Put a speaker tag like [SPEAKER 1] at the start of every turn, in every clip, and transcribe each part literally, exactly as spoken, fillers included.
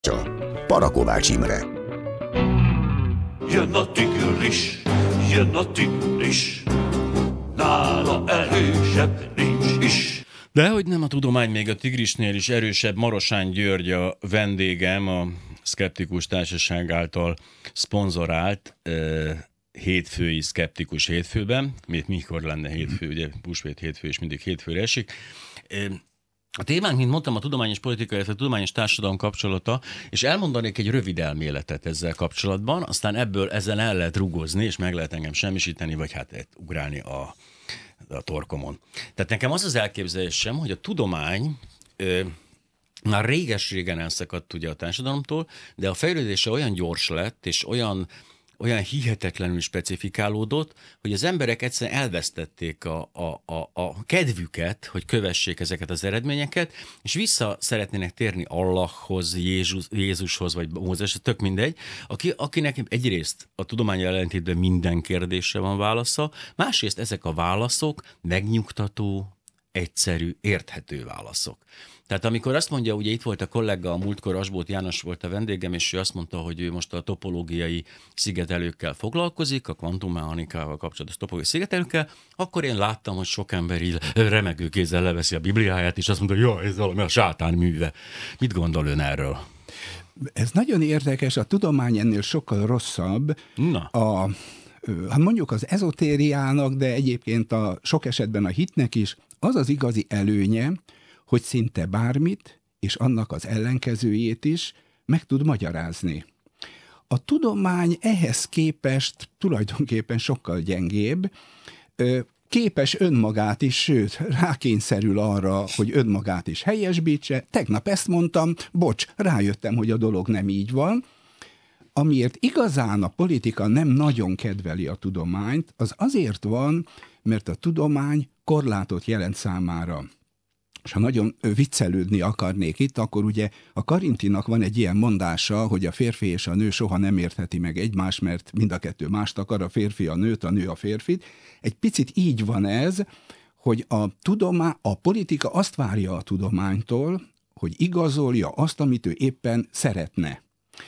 [SPEAKER 1] Parakovács Imre.
[SPEAKER 2] Jön a tigris, jön a tigris, nála erősebb nincs is.
[SPEAKER 3] Dehogy nem, a tudomány még a tigrisnél is erősebb. Marosán György a vendégem, a Szkeptikus Társaság által szponzorált uh, hétfői Szkeptikus hétfőben. Még mikor lenne hétfő, ugye húsvét hétfő és mindig hétfőre esik. Uh, A témánk, mint mondtam, a tudományos politika, illetve a tudományos társadalom kapcsolata, és elmondanék egy rövid elméletet ezzel kapcsolatban, aztán ebből ezen el lehet rugozni, és meg lehet engem semmisíteni, vagy hát ugrálni a, a torkomon. Tehát nekem az az elképzelésem, hogy a tudomány ö, már réges-régen elszakadt ugye a társadalomtól, de a fejlődése olyan gyors lett, és olyan olyan hihetetlenül specifikálódott, hogy az emberek egyszerűen elvesztették a, a, a, a kedvüket, hogy kövessék ezeket az eredményeket, és vissza szeretnének térni Allahhoz, Jézus, Jézushoz, vagy Mózeshez, tök mindegy, aki, akinek egyrészt a tudomány ellentétben minden kérdésre van válasza, másrészt ezek a válaszok megnyugtató, egyszerű, érthető válaszok. Tehát amikor azt mondja, ugye itt volt a kollega, a múltkor Asbóth János volt a vendégem, és ő azt mondta, hogy ő most a topológiai szigetelőkkel foglalkozik, a kvantummechanikával kapcsolatos topológiai szigetelőkkel, akkor én láttam, hogy sok ember így remegő kézzel leveszi a Bibliáját, és azt mondta, hogy jaj, ez valami a sátán műve. Mit gondol ön erről?
[SPEAKER 4] Ez nagyon érdekes, a tudomány ennél sokkal rosszabb.
[SPEAKER 3] Na.
[SPEAKER 4] A, hát mondjuk az ezotériának, de egyébként a sok esetben a hitnek is, az az igazi előnye, hogy szinte bármit, és annak az ellenkezőjét is meg tud magyarázni. A tudomány ehhez képest tulajdonképpen sokkal gyengébb, képes önmagát is, sőt, rákényszerül arra, hogy önmagát is helyesbítse. Tegnap ezt mondtam, bocs, rájöttem, hogy a dolog nem így van. Amiért igazán a politika nem nagyon kedveli a tudományt, az azért van, mert a tudomány korlátot jelent számára. És ha nagyon viccelődni akarnék itt, akkor ugye a Karintinak van egy ilyen mondása, hogy a férfi és a nő soha nem értheti meg egymást, mert mind a kettő mást akar, a férfi a nőt, a nő a férfit. Egy picit így van ez, hogy a, tudomá- a politika azt várja a tudománytól, hogy igazolja azt, amit ő éppen szeretne.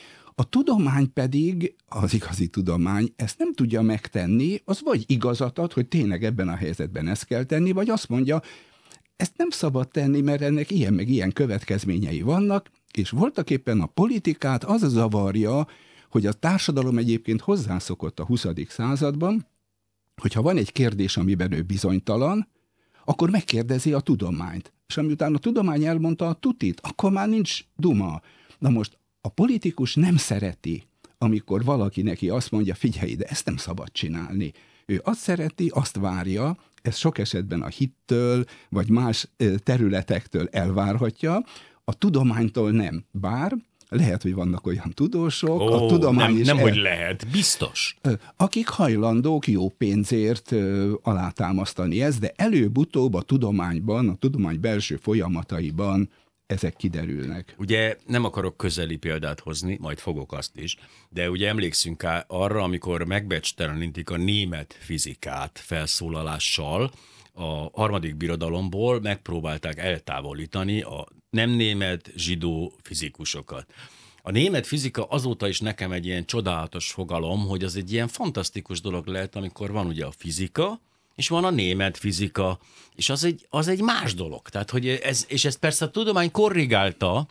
[SPEAKER 4] A tudomány pedig, az igazi tudomány, ezt nem tudja megtenni, az vagy igazat ad, hogy tényleg ebben a helyzetben ezt kell tenni, vagy azt mondja, ezt nem szabad tenni, mert ennek ilyen meg ilyen következményei vannak, és voltaképpen a politikát az zavarja, hogy a társadalom egyébként hozzászokott a huszadik században, hogyha van egy kérdés, amiben ő bizonytalan, akkor megkérdezi a tudományt. És amiután a tudomány elmondta a tutit, akkor már nincs duma. Na most a politikus nem szereti, amikor valaki neki azt mondja, figyelj, de ezt nem szabad csinálni. Ő azt szereti, azt várja, ez sok esetben a hittől, vagy más területektől elvárhatja, a tudománytól nem. Bár lehet, hogy vannak olyan tudósok,
[SPEAKER 3] Ó,
[SPEAKER 4] a tudomány
[SPEAKER 3] nem,
[SPEAKER 4] is
[SPEAKER 3] nem
[SPEAKER 4] el...
[SPEAKER 3] hogy lehet, biztos.
[SPEAKER 4] Akik hajlandók jó pénzért alátámasztani ezt, de előbb-utóbb a tudományban, a tudomány belső folyamataiban ezek kiderülnek.
[SPEAKER 3] Ugye nem akarok közeli példát hozni, majd fogok azt is, de ugye emlékszünk arra, amikor megbecstelenítik a német fizikát felszólalással, a harmadik birodalomból megpróbálták eltávolítani a nem német zsidó fizikusokat. A német fizika azóta is nekem egy ilyen csodálatos fogalom, hogy az egy ilyen fantasztikus dolog lehet, amikor van ugye a fizika, és van a német fizika, és az egy, az egy más dolog. Tehát, hogy ez, és ezt persze a tudomány korrigálta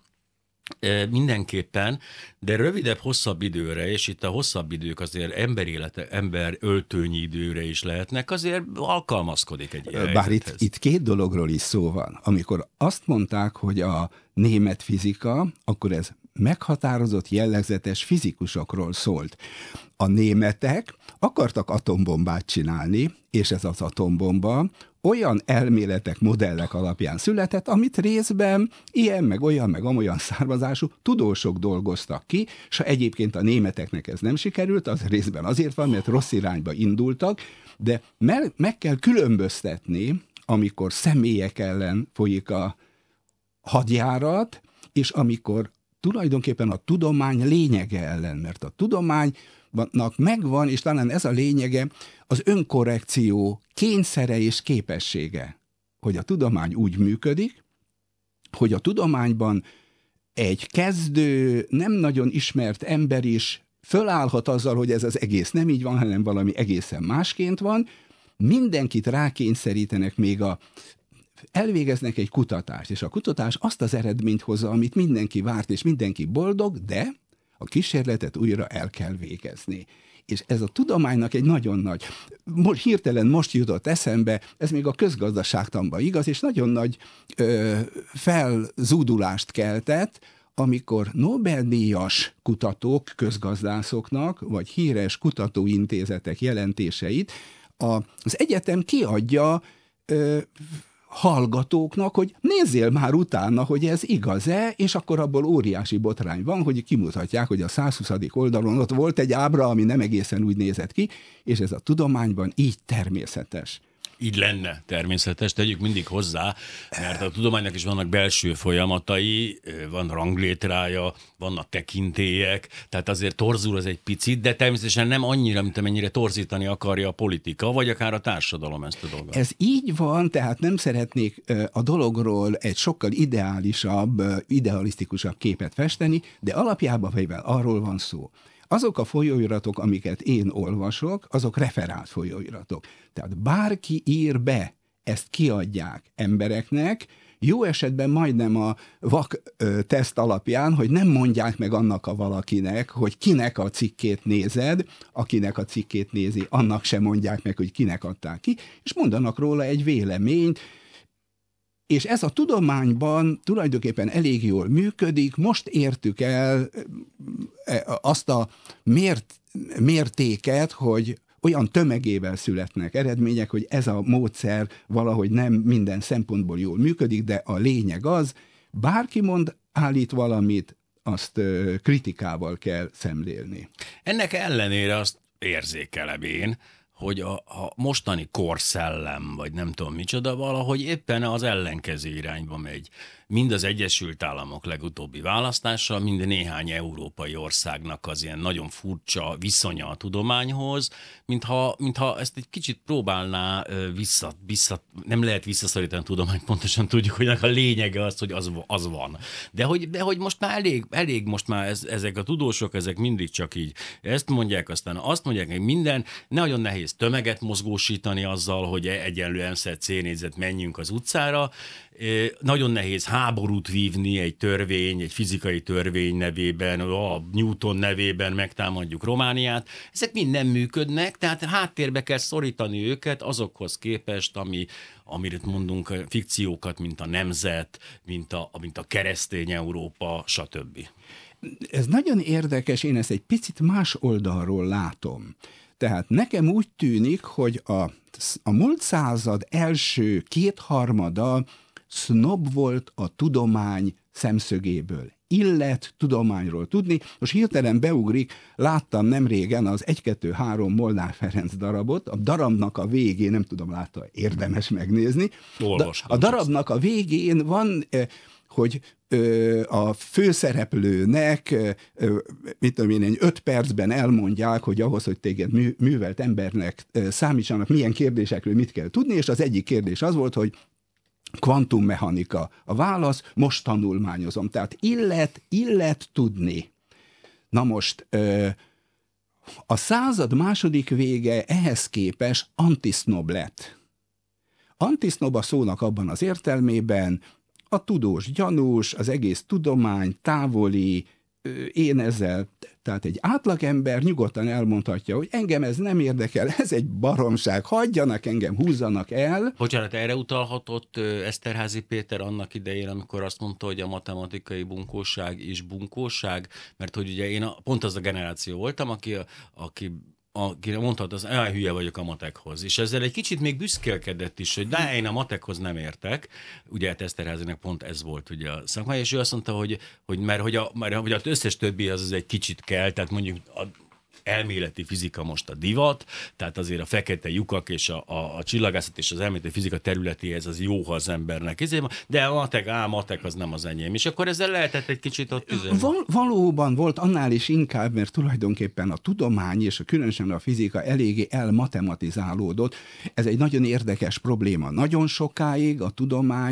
[SPEAKER 3] e, mindenképpen, de rövidebb, hosszabb időre, és itt a hosszabb idők azért emberélete, ember öltőnyi időre is lehetnek, azért alkalmazkodik egy ilyen
[SPEAKER 4] Bár itt, itt két dologról is szó van. Amikor azt mondták, hogy a német fizika, akkor ez meghatározott, jellegzetes fizikusokról szólt. A németek akartak atombombát csinálni, és ez az atombomba olyan elméletek, modellek alapján született, amit részben ilyen, meg olyan, meg amolyan származású tudósok dolgoztak ki, és ha egyébként a németeknek ez nem sikerült, az részben azért van, mert rossz irányba indultak, de me- meg kell különböztetni, amikor személyek ellen folyik a hadjárat, és amikor tulajdonképpen a tudomány lényege ellen, mert a tudománynak megvan, és talán ez a lényege, az önkorrekció kényszere és képessége, hogy a tudomány úgy működik, hogy a tudományban egy kezdő, nem nagyon ismert ember is fölállhat azzal, hogy ez az egész nem így van, hanem valami egészen másként van. Mindenkit rákényszerítenek, még a elvégeznek egy kutatást, és a kutatás azt az eredményt hozza, amit mindenki várt, és mindenki boldog, de a kísérletet újra el kell végezni. És ez a tudománynak egy nagyon nagy, most, hirtelen most jutott eszembe, ez még a közgazdaságtanban igaz, és nagyon nagy ö, felzúdulást keltett, amikor Nobel-díjas kutatók, közgazdászoknak, vagy híres kutatóintézetek jelentéseit az egyetem kiadja ö, hallgatóknak, hogy nézzél már utána, hogy ez igaz-e, és akkor abból óriási botrány van, hogy kimutatják, hogy a százhuszadik oldalon ott volt egy ábra, ami nem egészen úgy nézett ki, és ez a tudományban így természetes.
[SPEAKER 3] Így lenne természetes, tegyük mindig hozzá, mert a tudománynak is vannak belső folyamatai, van ranglétrája, vannak tekintélyek, tehát azért torzul az egy picit, de természetesen nem annyira, mint amennyire torzítani akarja a politika, vagy akár a társadalom ezt a dolgot.
[SPEAKER 4] Ez így van, tehát nem szeretnék a dologról egy sokkal ideálisabb, idealisztikusabb képet festeni, de alapjában véve arról van szó. Azok a folyóiratok, amiket én olvasok, azok referált folyóiratok. Tehát bárki ír be, ezt kiadják embereknek, jó esetben majdnem a vak ö, teszt alapján, hogy nem mondják meg annak a valakinek, hogy kinek a cikkét nézed, akinek a cikkét nézi, annak sem mondják meg, hogy kinek adták ki, és mondanak róla egy véleményt, és ez a tudományban tulajdonképpen elég jól működik. Most értük el azt a mért, mértéket, hogy olyan tömegével születnek eredmények, hogy ez a módszer valahogy nem minden szempontból jól működik, de a lényeg az, bárki mond, állít valamit, azt kritikával kell szemlélni.
[SPEAKER 3] Ennek ellenére azt érzékelem én, hogy a, a mostani korszellem, vagy nem tudom micsoda, valahogy éppen az ellenkező irányba megy. Mind az Egyesült Államok legutóbbi választása, mind néhány európai országnak az ilyen nagyon furcsa viszonya a tudományhoz, mintha, mintha ezt egy kicsit próbálná vissza, vissza, nem lehet visszaszorítani a tudományt, pontosan tudjuk, hogy a lényege az, hogy az, az van. De hogy, de hogy most már elég, elég most már ez, ezek a tudósok, ezek mindig csak így ezt mondják, aztán azt mondják, hogy minden, nagyon nehéz tömeget mozgósítani azzal, hogy egyenlő emszer cé-négyzet menjünk az utcára, nagyon nehéz háborút vívni egy törvény, egy fizikai törvény nevében, a Newton nevében megtámadjuk Romániát. Ezek mind nem működnek, tehát háttérbe kell szorítani őket azokhoz képest, ami, amire mondunk fikciókat, mint a nemzet, mint a, mint a keresztény Európa, stb.
[SPEAKER 4] Ez nagyon érdekes, én ezt egy picit más oldalról látom. Tehát nekem úgy tűnik, hogy a, a múlt század első kétharmada sznob volt a tudomány szemszögéből. Illet tudományról tudni. Most hirtelen beugrik, láttam nem régen az egy kettő három Molnár Ferenc darabot, a darabnak a végén, nem tudom, látta, érdemes megnézni.
[SPEAKER 3] Olvastam.
[SPEAKER 4] A darabnak a végén van, hogy a főszereplőnek, mit tudom én, öt percben elmondják, hogy ahhoz, hogy téged művelt embernek számítsanak, milyen kérdésekről mit kell tudni, és az egyik kérdés az volt, hogy kvantummechanika. A válasz, most tanulmányozom. Tehát illet, illet tudni. Na most, a század második vége ehhez képest antisznob lett. Antisznob a szónak abban az értelmében, a tudós gyanús, az egész tudomány távoli, én ezzel, tehát egy átlagember nyugodtan elmondhatja, hogy engem ez nem érdekel, ez egy baromság, hagyjanak engem, húzzanak el.
[SPEAKER 3] Bocsánat, erre utalhatott Eszterházy Péter annak idején, amikor azt mondta, hogy a matematikai bunkóság is bunkóság, mert hogy ugye én a, pont az a generáció voltam, aki, aki akire mondhat, az olyan hülye vagyok a matekhoz. És ezzel egy kicsit még büszkélkedett is, hogy de én a matekhoz nem értek. Ugye Eszterházynak pont ez volt ugye a szakmai, és ő azt mondta, hogy, hogy mert hogy, a, mert, hogy az összes többi az, az egy kicsit kell, tehát mondjuk a elméleti fizika most a divat, tehát azért a fekete lyukak és a, a, a csillagászat és az elméleti fizika területéhez az jó, ha az embernek. De a matek, á, matek az nem az enyém. És akkor ezzel lehetett egy kicsit ott üzenni.
[SPEAKER 4] Val- valóban volt annál is inkább, mert tulajdonképpen a tudomány és a különösen a fizika eléggé elmatematikálódott. Ez egy nagyon érdekes probléma. Nagyon sokáig a tudomány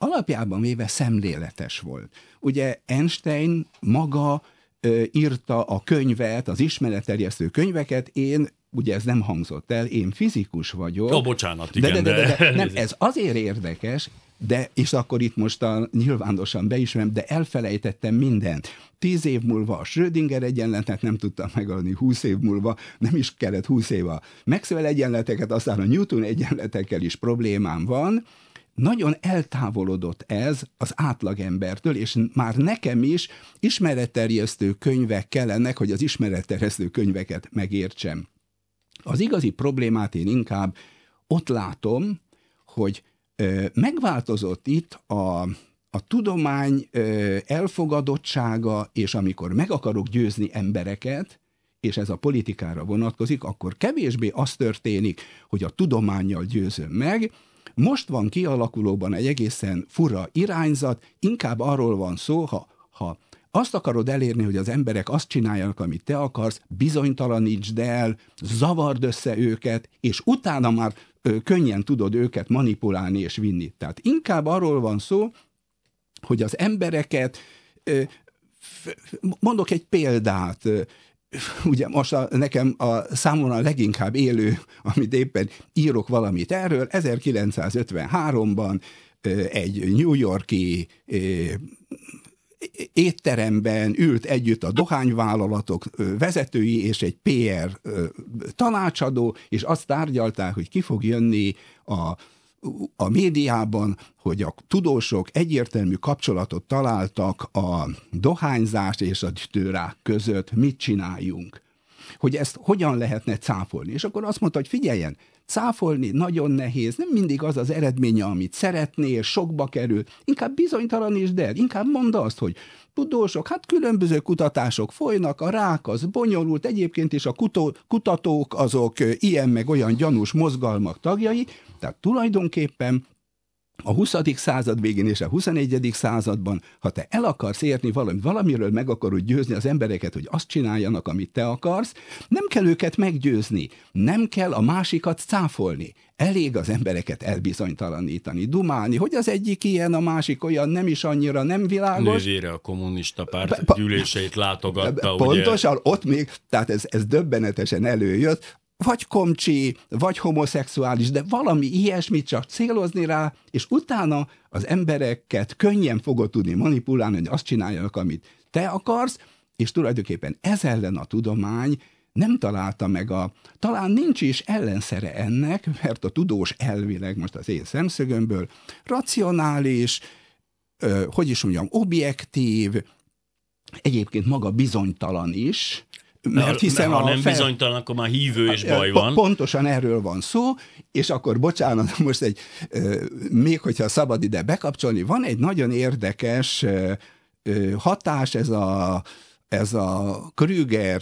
[SPEAKER 4] alapjában véve szemléletes volt. Ugye Einstein maga ö, írta a könyvet, az ismeretterjesztő könyveket, én, ugye ez nem hangzott el, én fizikus vagyok.
[SPEAKER 3] Ó, bocsánat, igen.
[SPEAKER 4] De, de, de, de, de nem, ez azért érdekes, de, és akkor itt most a, nyilvánosan beismerem, de elfelejtettem mindent. Tíz év múlva a Schrödinger egyenletet nem tudtam megadni, húsz év múlva, nem is kellett húsz év a Maxwell egyenleteket, aztán a Newton egyenletekkel is problémám van. Nagyon eltávolodott ez az átlagembertől, és már nekem is ismeretterjesztő könyvek kellenek, hogy az ismeretterjesztő könyveket megértsem. Az igazi problémát én inkább ott látom, hogy ö, megváltozott itt a, a tudomány ö, elfogadottsága, és amikor meg akarok győzni embereket, és ez a politikára vonatkozik, akkor kevésbé az történik, hogy a tudománnyal győzöm meg. Most van kialakulóban egy egészen fura irányzat, inkább arról van szó, ha, ha azt akarod elérni, hogy az emberek azt csináljanak, amit te akarsz, bizonytalanítsd el, zavard össze őket, és utána már ö, könnyen tudod őket manipulálni és vinni. Tehát inkább arról van szó, hogy az embereket, ö, f, mondok egy példát, ö, ugye most a, nekem a számomra leginkább élő, amit éppen írok valamit erről, ezerkilencszázötvenháromban ö, egy New York-i ö, étteremben ült együtt a dohányvállalatok vezetői és egy pé er tanácsadó, és azt tárgyalták, hogy ki fog jönni a, a médiában, hogy a tudósok egyértelmű kapcsolatot találtak a dohányzás és a tüdőrák között, mit csináljunk. Hogy ezt hogyan lehetne cáfolni. És akkor azt mondta, hogy figyeljen, cáfolni nagyon nehéz, nem mindig az az eredménye, amit szeretnél, sokba kerül, inkább bizonytalanítsd el, inkább mondd azt, hogy tudósok, hát különböző kutatások folynak, a rák az bonyolult, egyébként is a kutó, kutatók azok ilyen meg olyan gyanús mozgalmak tagjai, tehát tulajdonképpen a huszadik század végén és a huszonegyedik században, ha te el akarsz érni valamit, valamiről meg akarod győzni az embereket, hogy azt csináljanak, amit te akarsz, nem kell őket meggyőzni, nem kell a másikat cáfolni. Elég az embereket elbizonytalanítani, dumálni, hogy az egyik ilyen, a másik olyan, nem is annyira nem világos.
[SPEAKER 3] Nővére a kommunista párt gyűléseit látogatta,
[SPEAKER 4] pontosan,
[SPEAKER 3] ugye?
[SPEAKER 4] Ott még, tehát ez, ez döbbenetesen előjött, vagy komcsi, vagy homoszexuális, de valami ilyesmit csak célozni rá, és utána az embereket könnyen fogod tudni manipulálni, hogy azt csináljanak, amit te akarsz, és tulajdonképpen ez ellen a tudomány nem találta meg a... Talán nincs is ellenszere ennek, mert a tudós elvileg, most az én szemszögömből, racionális, ö, hogy is mondjam, objektív, egyébként maga bizonytalan is, mert hiszen
[SPEAKER 3] ha
[SPEAKER 4] a
[SPEAKER 3] nem fel... bizonytalan, akkor már hívő és baj van.
[SPEAKER 4] Pontosan erről van szó, és akkor bocsánat, most egy, még hogyha szabad ide bekapcsolni, van egy nagyon érdekes hatás, ez a, ez a Krüger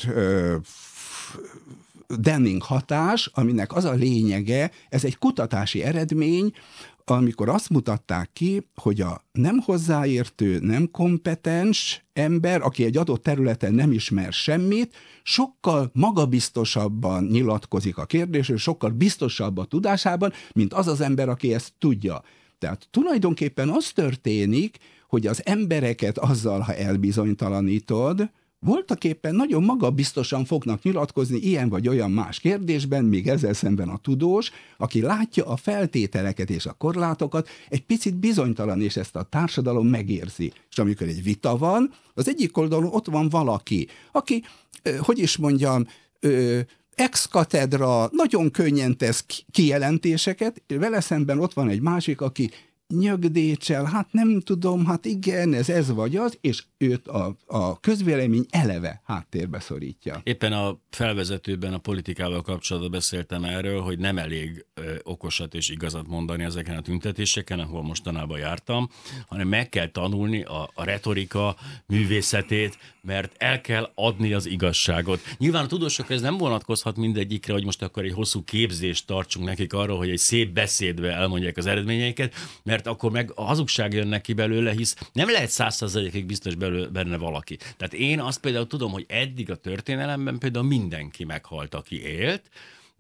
[SPEAKER 4] Denning hatás, aminek az a lényege, ez egy kutatási eredmény, amikor azt mutatták ki, hogy a nem hozzáértő, nem kompetens ember, aki egy adott területen nem ismer semmit, sokkal magabiztosabban nyilatkozik a kérdésről, sokkal biztosabb a tudásában, mint az az ember, aki ezt tudja. Tehát tulajdonképpen az történik, hogy az embereket azzal, ha elbizonytalanítod, voltaképpen nagyon magabiztosan fognak nyilatkozni ilyen vagy olyan más kérdésben, még ezzel szemben a tudós, aki látja a feltételeket és a korlátokat, egy picit bizonytalan, és ezt a társadalom megérzi. És amikor egy vita van, az egyik oldalon ott van valaki, aki, hogy is mondjam, ex katedra, nagyon könnyen tesz kijelentéseket, vele szemben ott van egy másik, aki nyögdécsel, hát nem tudom, hát igen, ez ez vagy az, és őt a, a közvélemény eleve háttérbe szorítja.
[SPEAKER 3] Éppen a felvezetőben a politikával kapcsolatban beszéltem erről, hogy nem elég ö, okosat és igazat mondani ezeken a tüntetéseken, ahol mostanában jártam, hanem meg kell tanulni a, a retorika művészetét, mert el kell adni az igazságot. Nyilván a tudósok ez nem vonatkozhat mindegyikre, hogy most akkor egy hosszú képzést tartsunk nekik arról, hogy egy szép beszédbe elmondják az eredményeiket, mert akkor meg a hazugság jön neki belőle, hisz nem lehet száz százalékig biztos belőle, benne valaki. Tehát én azt például tudom, hogy eddig a történelemben például mindenki meghalt, aki élt,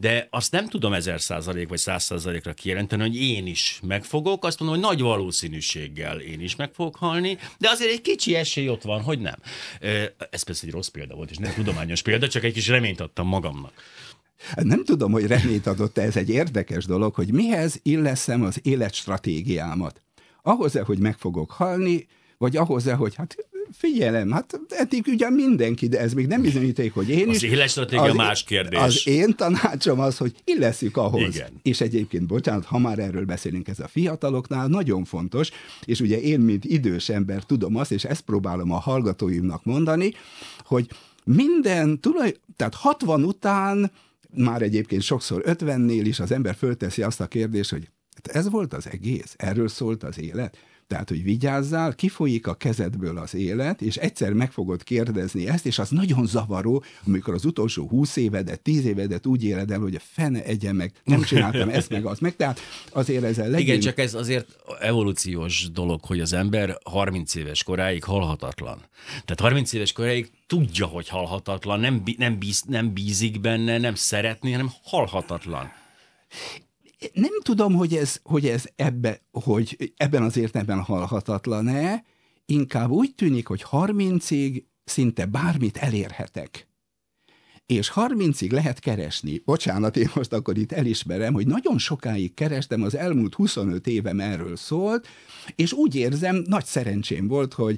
[SPEAKER 3] de azt nem tudom ezer százalék vagy száz százalékra kijelenteni, hogy én is meg fogok, azt mondom, hogy nagy valószínűséggel én is meg fogok halni, de azért egy kicsi esély ott van, hogy nem. Ez persze egy rossz példa volt, és nem tudományos példa, csak egy kis reményt adtam magamnak.
[SPEAKER 4] Nem tudom, hogy reményt adott, ez egy érdekes dolog, hogy mihez illeszem az életstratégiámat. Ahhoz-e, hogy meg fogok halni, vagy ahhoz-e, hogy hát figyelem, hát eddig ugyan mindenki, de ez még nem bizonyíték, hogy én
[SPEAKER 3] az
[SPEAKER 4] is.
[SPEAKER 3] Az életstratégia az más kérdés.
[SPEAKER 4] Az én tanácsom az, hogy illeszük ahhoz.
[SPEAKER 3] Igen.
[SPEAKER 4] És egyébként, bocsánat, ha már erről beszélünk, ez a fiataloknál nagyon fontos, és ugye én, mint idős ember tudom azt, és ezt próbálom a hallgatóimnak mondani, hogy minden, tulaj, tehát hatvan után, már egyébként sokszor ötvennél is az ember fölteszi azt a kérdést, hogy ez volt az egész, erről szólt az élet. Tehát, hogy vigyázzál, kifolyik a kezedből az élet, és egyszer meg fogod kérdezni ezt, és az nagyon zavaró, amikor az utolsó húsz évedet, tíz évedet úgy éled el, hogy a fene egye meg, nem csináltam ezt meg, azt meg, tehát azért ezzel legyünk.
[SPEAKER 3] Igen, csak ez azért evolúciós dolog, hogy az ember harminc éves koráig halhatatlan. Tehát harminc éves koráig tudja, hogy halhatatlan, nem, nem, bíz, nem bízik benne, nem szeretné, hanem halhatatlan.
[SPEAKER 4] Nem tudom, hogy ez, hogy ez ebbe, hogy ebben az értelemben halhatatlan-e, inkább úgy tűnik, hogy harmincig szinte bármit elérhetek. És harmincig lehet keresni. Bocsánat, én most akkor itt elismerem, hogy nagyon sokáig kerestem, az elmúlt huszonöt évem erről szólt, és úgy érzem, nagy szerencsém volt, hogy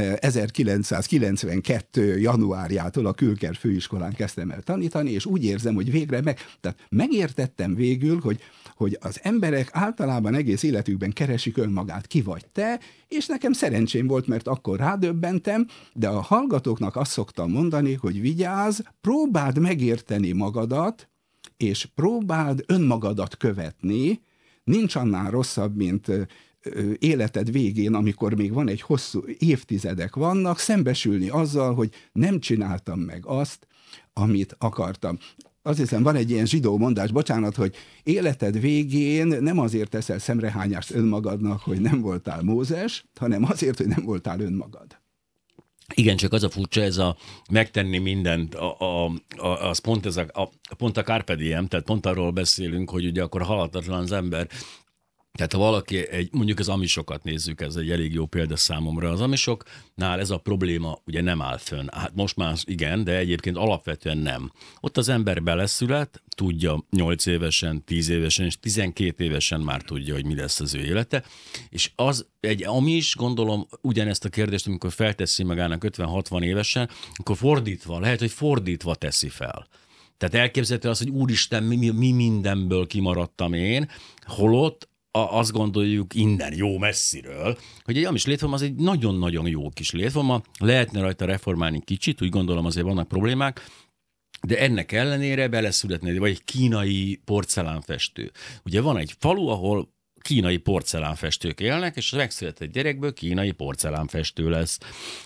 [SPEAKER 4] ezerkilencszázkilencvenkettő januárjától a Külker főiskolán kezdtem el tanítani, és úgy érzem, hogy végre meg, tehát megértettem végül, hogy, hogy az emberek általában egész életükben keresik önmagát, ki vagy te, és nekem szerencsém volt, mert akkor rádöbbentem, de a hallgatóknak azt szoktam mondani, hogy vigyázz, próbáld megérteni magadat, és próbáld önmagadat követni, nincs annál rosszabb, mint életed végén, amikor még van egy hosszú, évtizedek vannak, szembesülni azzal, hogy nem csináltam meg azt, amit akartam. Azt hiszem, van egy ilyen zsidó mondás, bocsánat, hogy életed végén nem azért teszel szemrehányást önmagadnak, hogy nem voltál Mózes, hanem azért, hogy nem voltál önmagad.
[SPEAKER 3] Igen, csak az a furcsa, ez a megtenni mindent, a, a, a, az pont, ez a, a, pont a carpe diem, tehát pont arról beszélünk, hogy ugye akkor halhatatlan az ember. Tehát ha valaki, egy, mondjuk az amisokat nézzük, ez egy elég jó példa számomra. Az amisoknál ez a probléma ugye nem áll fönn. Hát most már igen, de egyébként alapvetően nem. Ott az ember beleszület, tudja nyolc évesen, tíz évesen és tizenkét évesen már tudja, hogy mi lesz az ő élete. És az egy amis, gondolom ugyanezt a kérdést, amikor felteszi magának ötven-hatvan évesen, akkor fordítva, lehet, hogy fordítva teszi fel. Tehát elképzelhető az, hogy úristen, mi, mi mindenből kimaradtam én, holott azt gondoljuk innen jó messziről, hogy egy amis létforma az egy nagyon-nagyon jó kis létforma, lehetne rajta reformálni kicsit, úgy gondolom azért vannak problémák, de ennek ellenére beleszületni, vagy egy kínai porcelánfestő. Ugye van egy falu, ahol kínai porcelánfestők élnek, és az megszületett gyerekből kínai porcelánfestő lesz.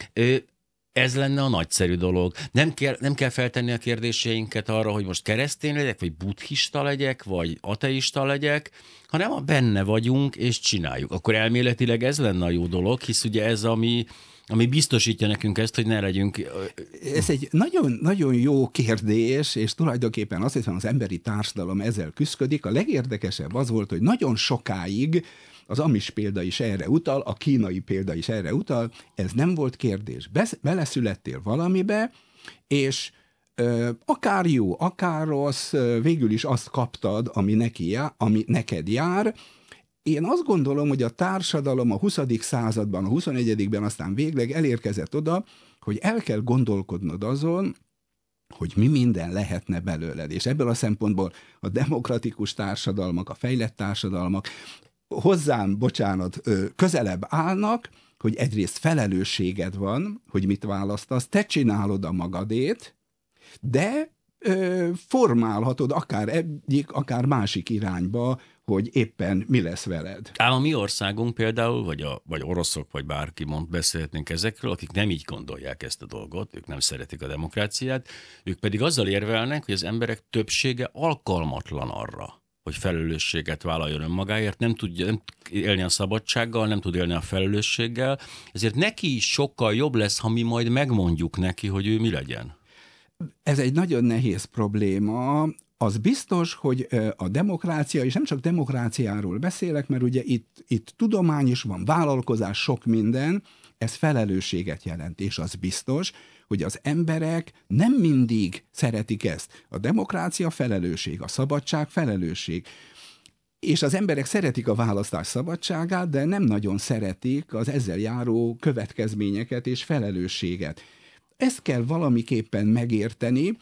[SPEAKER 3] Ez lenne a nagyszerű dolog. Nem kell, nem kell feltenni a kérdéseinket arra, hogy most keresztény legyek, vagy buddhista legyek, vagy ateista legyek, hanem a benne vagyunk, és csináljuk. Akkor elméletileg ez lenne a jó dolog, hisz ugye ez, ami, ami biztosítja nekünk ezt, hogy ne legyünk...
[SPEAKER 4] Ez egy nagyon, nagyon jó kérdés, és tulajdonképpen azt hiszem, az emberi társadalom ezzel küszködik. A legérdekesebb az volt, hogy nagyon sokáig az amis példa is erre utal, a kínai példa is erre utal, ez nem volt kérdés. Be- beleszülettél valamibe, és ö, akár jó, akár rossz, végül is azt kaptad, ami, neki já, ami neked jár. Én azt gondolom, hogy a társadalom a huszadik században, a huszonegyedikben aztán végleg elérkezett oda, hogy el kell gondolkodnod azon, hogy mi minden lehetne belőled. És ebből a szempontból a demokratikus társadalmak, a fejlett társadalmak hozzám, bocsánat, közelebb állnak, hogy egyrészt felelősséged van, hogy mit választasz, te csinálod a magadét, de ö, formálhatod akár egyik, akár másik irányba, hogy éppen mi lesz veled.
[SPEAKER 3] Ám a mi országunk például, vagy, a, vagy oroszok, vagy bárki mond, beszélhetnénk ezekről, akik nem így gondolják ezt a dolgot, ők nem szeretik a demokráciát, ők pedig azzal érvelnek, hogy az emberek többsége alkalmatlan arra, hogy felelősséget vállaljon önmagáért, nem tud nem élni a szabadsággal, nem tud élni a felelősséggel, ezért neki is sokkal jobb lesz, ha mi majd megmondjuk neki, hogy ő mi legyen.
[SPEAKER 4] Ez egy nagyon nehéz probléma. Az biztos, hogy a demokrácia, és nem csak demokráciáról beszélek, mert ugye itt, itt tudomány is van, vállalkozás, sok minden, ez felelősséget jelent, és az biztos, hogy az emberek nem mindig szeretik ezt. A demokrácia felelősség, a szabadság felelősség. És az emberek szeretik a választás szabadságát, de nem nagyon szeretik az ezzel járó következményeket és felelősséget. Ezt kell valamiképpen megérteni.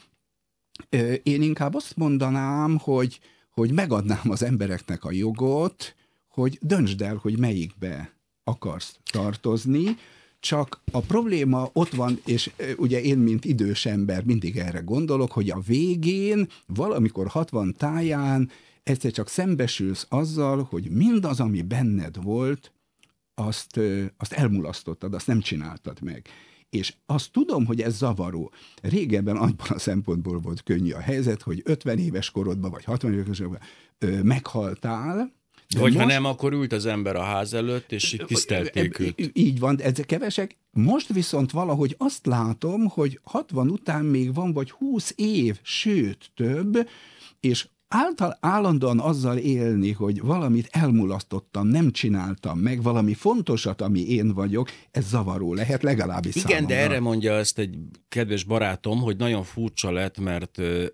[SPEAKER 4] Én inkább azt mondanám, hogy, hogy megadnám az embereknek a jogot, hogy döntsd el, hogy melyikbe akarsz tartozni, csak a probléma ott van, és ugye én, mint idős ember mindig erre gondolok, hogy a végén, valamikor hatvan táján egyszer csak szembesülsz azzal, hogy mindaz, ami benned volt, azt, azt elmulasztottad, azt nem csináltad meg. És azt tudom, hogy ez zavaró. Régebben abban a szempontból volt könnyű a helyzet, hogy ötven éves korodban, vagy hatvan éves korodban ö, meghaltál.
[SPEAKER 3] De hogyha most, nem, akkor ült az ember a ház előtt, és itt tisztelték őt.
[SPEAKER 4] Így van, ezek kevesek. Most viszont valahogy azt látom, hogy hatvan után még van vagy húsz év, sőt több, és Által, állandóan azzal élni, hogy valamit elmulasztottam, nem csináltam meg, valami fontosat, ami én vagyok, ez zavaró lehet, legalábbis
[SPEAKER 3] Igen,
[SPEAKER 4] számomra.
[SPEAKER 3] de erre mondja ezt egy kedves barátom, hogy nagyon furcsa lett, mert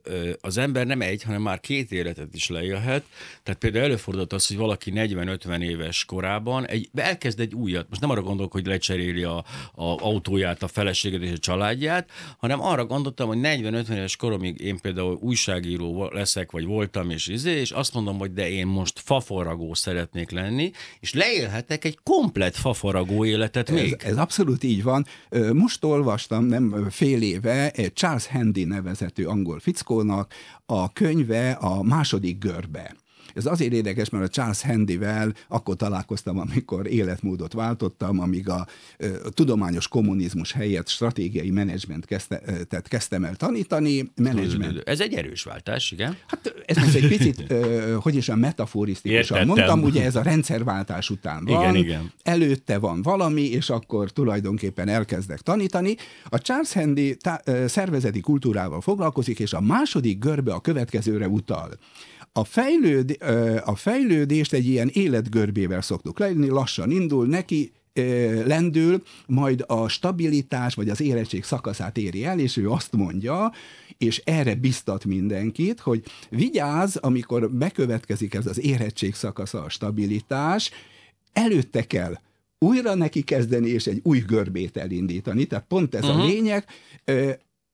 [SPEAKER 3] az ember nem egy, hanem már két életet is leélhet. Tehát például előfordult az, hogy valaki negyven-ötven éves korában egy, elkezd egy újat. Most nem arra gondolok, hogy lecseréli a, a autóját, a feleséget és a családját, hanem arra gondoltam, hogy negyven-ötven éves koromig én például újságíró leszek, vagy volt és izé, és azt mondom, hogy de én most fafaragó szeretnék lenni, és leélhetek egy komplett fafaragó életet még.
[SPEAKER 4] Ez, ez abszolút így van. Most olvastam, nem fél éve, egy Charles Handy nevezetű angol fickónak a könyve A második görbe. Ez azért érdekes, mert a Charles Handyvel akkor találkoztam, amikor életmódot váltottam, amíg a, a tudományos kommunizmus helyett stratégiai menedzsment kezdte, tehát kezdtem el tanítani. Management.
[SPEAKER 3] Ez egy erős váltás, igen?
[SPEAKER 4] Hát ez most egy picit, hogy is a metaforisztikusan mondtam, ugye ez a rendszerváltás után van,
[SPEAKER 3] igen, igen.
[SPEAKER 4] Előtte van valami, és akkor tulajdonképpen elkezdek tanítani. A Charles Handy tá- szervezeti kultúrával foglalkozik, és a második görbe a következőre utal. A, fejlőd, a fejlődést egy ilyen életgörbével szoktuk leírni, lassan indul, neki lendül, majd a stabilitás vagy az érettség szakaszát éri el, és ő azt mondja, és erre biztat mindenkit, hogy vigyázz, amikor bekövetkezik ez az érettség szakasza, a stabilitás, előtte kell újra neki kezdeni, és egy új görbét elindítani. Tehát pont ez uh-huh. a lényeg. Ö,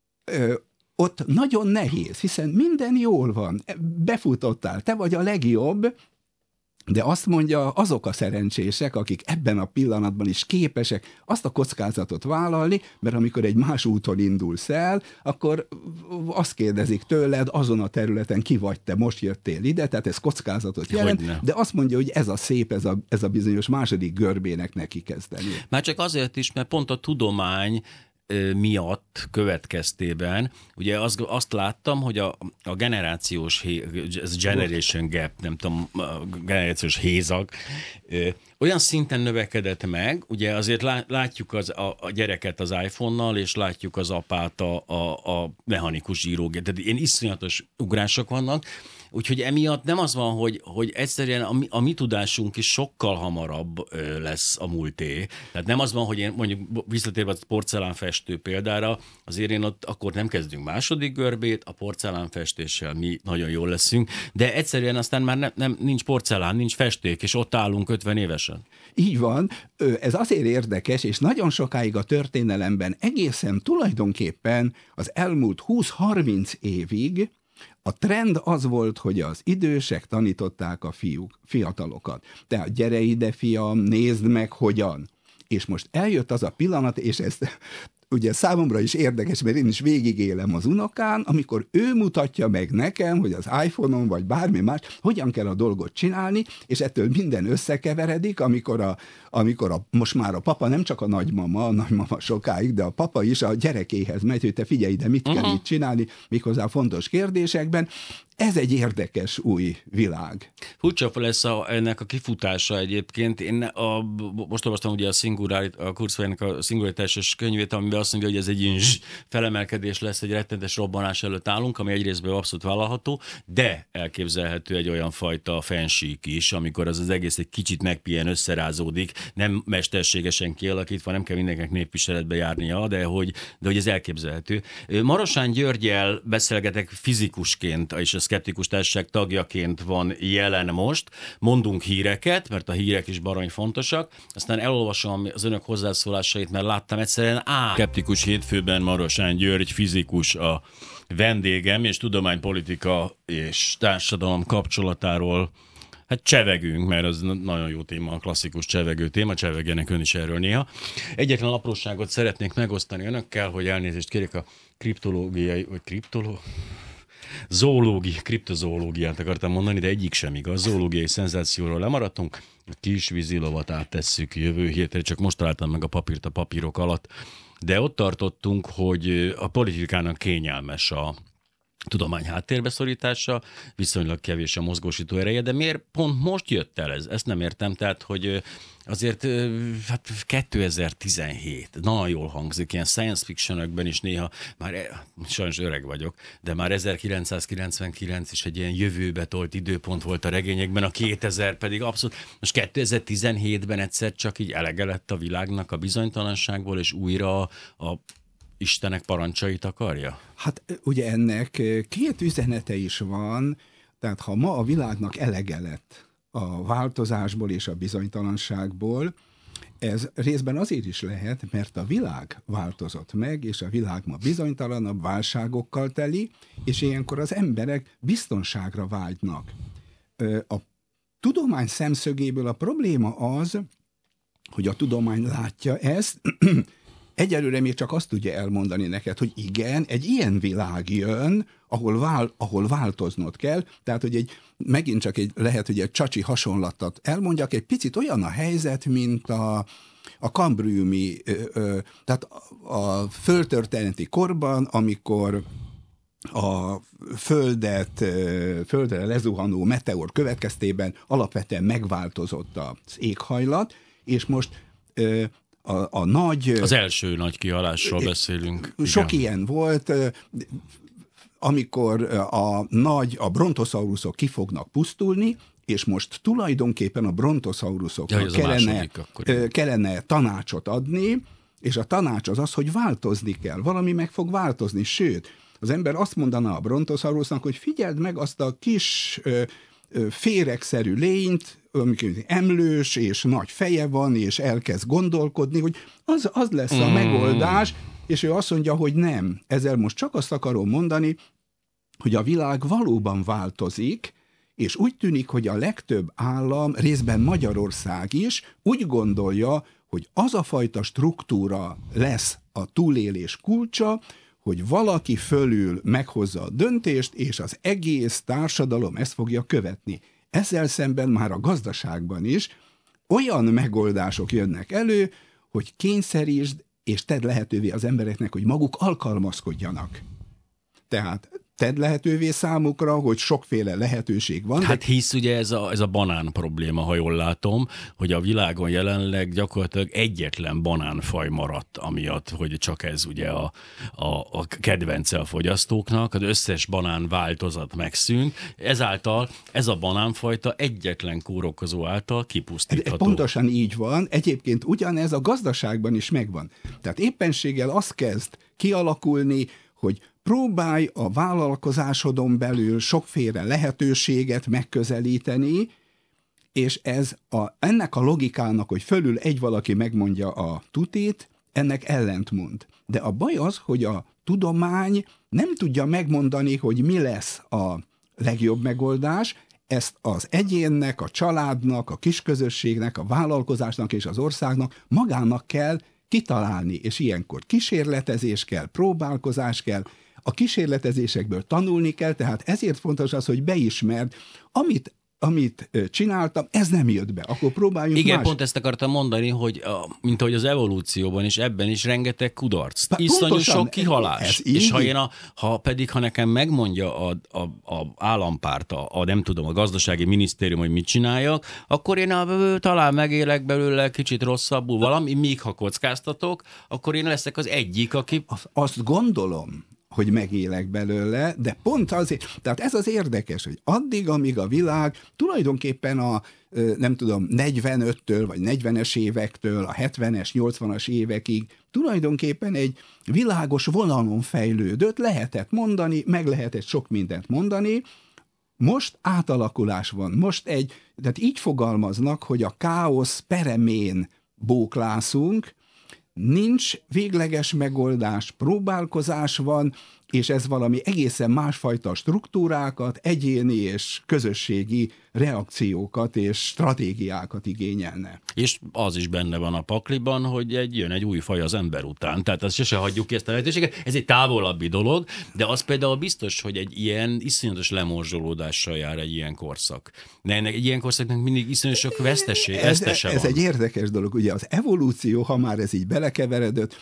[SPEAKER 4] ö, Ott nagyon nehéz, hiszen minden jól van, befutottál, te vagy a legjobb, de azt mondja, azok a szerencsések, akik ebben a pillanatban is képesek azt a kockázatot vállalni, mert amikor egy más úton indulsz el, akkor azt kérdezik tőled, azon a területen ki vagy te, most jöttél ide, tehát ez kockázatot jelent, Hogyne. De azt mondja, hogy ez a szép, ez a, ez a bizonyos második görbének neki kezdeni. Már
[SPEAKER 3] csak azért is, mert pont a tudomány miatt következtében, ugye azt, azt láttam, hogy a, a generációs ez generation gap, nem tudom, generációs hézag, olyan szinten növekedett meg, ugye azért látjuk az, a, a gyereket az iPhone-nal, és látjuk az apát a, a, a mechanikus írógép. Tehát ilyen iszonyatos ugrások vannak, úgyhogy emiatt nem az van, hogy, hogy egyszerűen a mi, a mi tudásunk is sokkal hamarabb ö, lesz a múlté. Tehát nem az van, hogy én mondjuk visszatérve a porcelánfestő példára, azért én ott akkor nem kezdünk második görbét, a porcelánfestéssel mi nagyon jól leszünk, de egyszerűen aztán már nem, nem, nincs porcelán, nincs festék, és ott állunk ötven évesen.
[SPEAKER 4] Így van, ez azért érdekes, és nagyon sokáig a történelemben egészen tulajdonképpen az elmúlt húsz-harminc évig a trend az volt, hogy az idősek tanították a fiúk, fiatalokat. Tehát gyere ide, fiam, nézd meg, hogyan. És most eljött az a pillanat, és ezt ugye számomra is érdekes, mert én is végigélem az unokán, amikor ő mutatja meg nekem, hogy az iPhone-on vagy bármi más, hogyan kell a dolgot csinálni, és ettől minden összekeveredik, amikor, a, amikor a, most már a papa nem csak a nagymama, a nagymama sokáig, de a papa is a gyerekéhez megy, hogy te figyelj ide, mit uh-huh. kell itt csinálni, méghozzá fontos kérdésekben. Ez egy érdekes új világ.
[SPEAKER 3] Furcsa lesz a, ennek a kifutása egyébként. Én a, most olvastam ugye a, a Kurzweilnek a szingularitásos könyvét, amiben azt mondja, hogy ez egy ilyen zs, felemelkedés lesz, egy rettenetes robbanás előtt állunk, ami egyrésztből abszolút vállalható, de elképzelhető egy olyan fajta fensík is, amikor az az egész egy kicsit megpihen, összerázódik, nem mesterségesen kialakítva, nem kell mindenkinek népviseletbe járnia, de hogy, de hogy ez elképzelhető. Marosán Györgyel beszélgetek fizikusként, és a Szkeptikus Társaság tagjaként van jelen most. Mondunk híreket, mert a hírek is baromi fontosak, aztán elolvasom az önök hozzászólásait, mert láttam egyszerűen á. Szkeptikus hétfőben Marosán György fizikus a vendégem, és tudománypolitika és társadalom kapcsolatáról hát csevegünk, mert az nagyon jó téma, a klasszikus csevegő téma, csevegjenek ön is erről néha. Egyetlen apróságot szeretnék megosztani önökkel, hogy elnézést kérjek a kriptológiai, vagy kriptoló... zoológi, kriptozoológiát akartam mondani, de egyik sem igaz. Zoológiai szenzációról lemaradtunk, a kis vízilovat áttesszük jövő hétre, csak most találtam meg a papírt a papírok alatt, de ott tartottunk, hogy a politikának kényelmes a tudomány háttérbeszorítása, viszonylag kevés a mozgósító ereje, de miért pont most jött el ez? Ezt nem értem, tehát, hogy azért hát kétezer-tizenhét, nagyon jól hangzik, ilyen science fictionökben is néha, már sajnos öreg vagyok, de már ezerkilencszázkilencvenkilenc is egy ilyen jövőbe tolt időpont volt a regényekben, a kétezer pedig abszolút, most kétezer-tizenhétben egyszer csak így elege lett a világnak a bizonytalanságból, és újra a Istenek parancsait akarja?
[SPEAKER 4] Hát ugye ennek két üzenete is van, tehát ha ma a világnak elege lett a változásból és a bizonytalanságból, ez részben azért is lehet, mert a világ változott meg, és a világ ma bizonytalanabb, válságokkal teli, és ilyenkor az emberek biztonságra vágynak. A tudomány szemszögéből a probléma az, hogy a tudomány látja ezt, egyelőre még csak azt tudja elmondani neked, hogy igen, egy ilyen világ jön, ahol, vál, ahol változnod kell, tehát, hogy egy, megint csak egy, lehet, hogy egy csacsi hasonlatot elmondjak, egy picit olyan a helyzet, mint a, a kambriumi, ö, ö, tehát a, a földtörténeti korban, amikor a földet, földre lezuhanó meteor következtében alapvetően megváltozott az éghajlat, és most ö, A, a nagy...
[SPEAKER 3] Az első nagy kihalásról beszélünk.
[SPEAKER 4] Sok
[SPEAKER 3] igen.
[SPEAKER 4] ilyen volt, amikor a nagy, a brontoszauruszok ki fognak pusztulni, és most tulajdonképpen a brontoszauruszoknak ja, kellene, kellene tanácsot adni, és a tanács az az, hogy változni kell. Valami meg fog változni, sőt, az ember azt mondaná a brontoszaurusznak, hogy figyeld meg azt a kis ö, ö, féregszerű lényt, amikor emlős, és nagy feje van, és elkezd gondolkodni, hogy az, az lesz a mm. megoldás, és ő azt mondja, hogy nem. Ezzel most csak azt akarom mondani, hogy a világ valóban változik, és úgy tűnik, hogy a legtöbb állam, részben Magyarország is úgy gondolja, hogy az a fajta struktúra lesz a túlélés kulcsa, hogy valaki fölül meghozza a döntést, és az egész társadalom ezt fogja követni. Ezzel szemben már a gazdaságban is olyan megoldások jönnek elő, hogy kényszerítsd és tedd lehetővé az embereknek, hogy maguk alkalmazkodjanak. Tehát tedd lehetővé számukra, hogy sokféle lehetőség van.
[SPEAKER 3] Hát
[SPEAKER 4] de...
[SPEAKER 3] hisz ugye ez a, ez a banán probléma, ha jól látom, hogy a világon jelenleg gyakorlatilag egyetlen banánfaj maradt, amiatt, hogy csak ez ugye a, a, a kedvence a fogyasztóknak, az összes banán változat megszűnt, ezáltal ez a banánfajta egyetlen kórokozó által kipusztítható.
[SPEAKER 4] Pontosan így van, egyébként ugyanez a gazdaságban is megvan. Tehát éppenséggel az kezd kialakulni, hogy próbálj a vállalkozásodon belül sokféle lehetőséget megközelíteni, és ez a, ennek a logikának, hogy fölül egy valaki megmondja a tutit, ennek ellentmond. De a baj az, hogy a tudomány nem tudja megmondani, hogy mi lesz a legjobb megoldás, ezt az egyénnek, a családnak, a kisközösségnek, a vállalkozásnak és az országnak magának kell kitalálni, és ilyenkor kísérletezés kell, próbálkozás kell, a kísérletezésekből tanulni kell, tehát ezért fontos az, hogy beismerd, amit amit csináltam, ez nem jött be, akkor próbáljunk
[SPEAKER 3] Igen,
[SPEAKER 4] más.
[SPEAKER 3] pont ezt akartam mondani, hogy a, mint ahogy az evolúcióban is, ebben is rengeteg kudarc.
[SPEAKER 4] Pa,
[SPEAKER 3] Iszonyú
[SPEAKER 4] pontosan,
[SPEAKER 3] sok kihalás. És ha, én a, ha pedig, ha nekem megmondja a, a, a állampárt, a, a nem tudom, a gazdasági minisztérium, hogy mit csináljak, akkor én a, talán megélek belőle kicsit rosszabbul valami, míg ha kockáztatok, akkor én leszek az egyik, aki...
[SPEAKER 4] Azt gondolom, hogy megélek belőle, de pont azért, tehát ez az érdekes, hogy addig, amíg a világ tulajdonképpen a, nem tudom, negyvenöttől vagy negyvenes évektől a hetvenes, nyolcvanas évekig tulajdonképpen egy világos vonalon fejlődött, lehetett mondani, meg lehetett sok mindent mondani, most átalakulás van, most egy, tehát így fogalmaznak, hogy a káosz peremén bóklászunk, nincs végleges megoldás, próbálkozás van, és ez valami egészen másfajta struktúrákat, egyéni és közösségi reakciókat és stratégiákat igényelne.
[SPEAKER 3] És az is benne van a pakliban, hogy egy, jön egy új faj az ember után. Tehát azt sose hagyjuk ki ezt a lehetőséget. Ez egy távolabbi dolog, de az például biztos, hogy egy ilyen iszonyatos lemorzsolódással jár egy ilyen korszak. De ennek egy ilyen korszaknak mindig iszonyos sok veszteség, vesztese
[SPEAKER 4] ez, ez
[SPEAKER 3] van.
[SPEAKER 4] egy érdekes dolog. Ugye az evolúció, ha már ez így belekeveredett,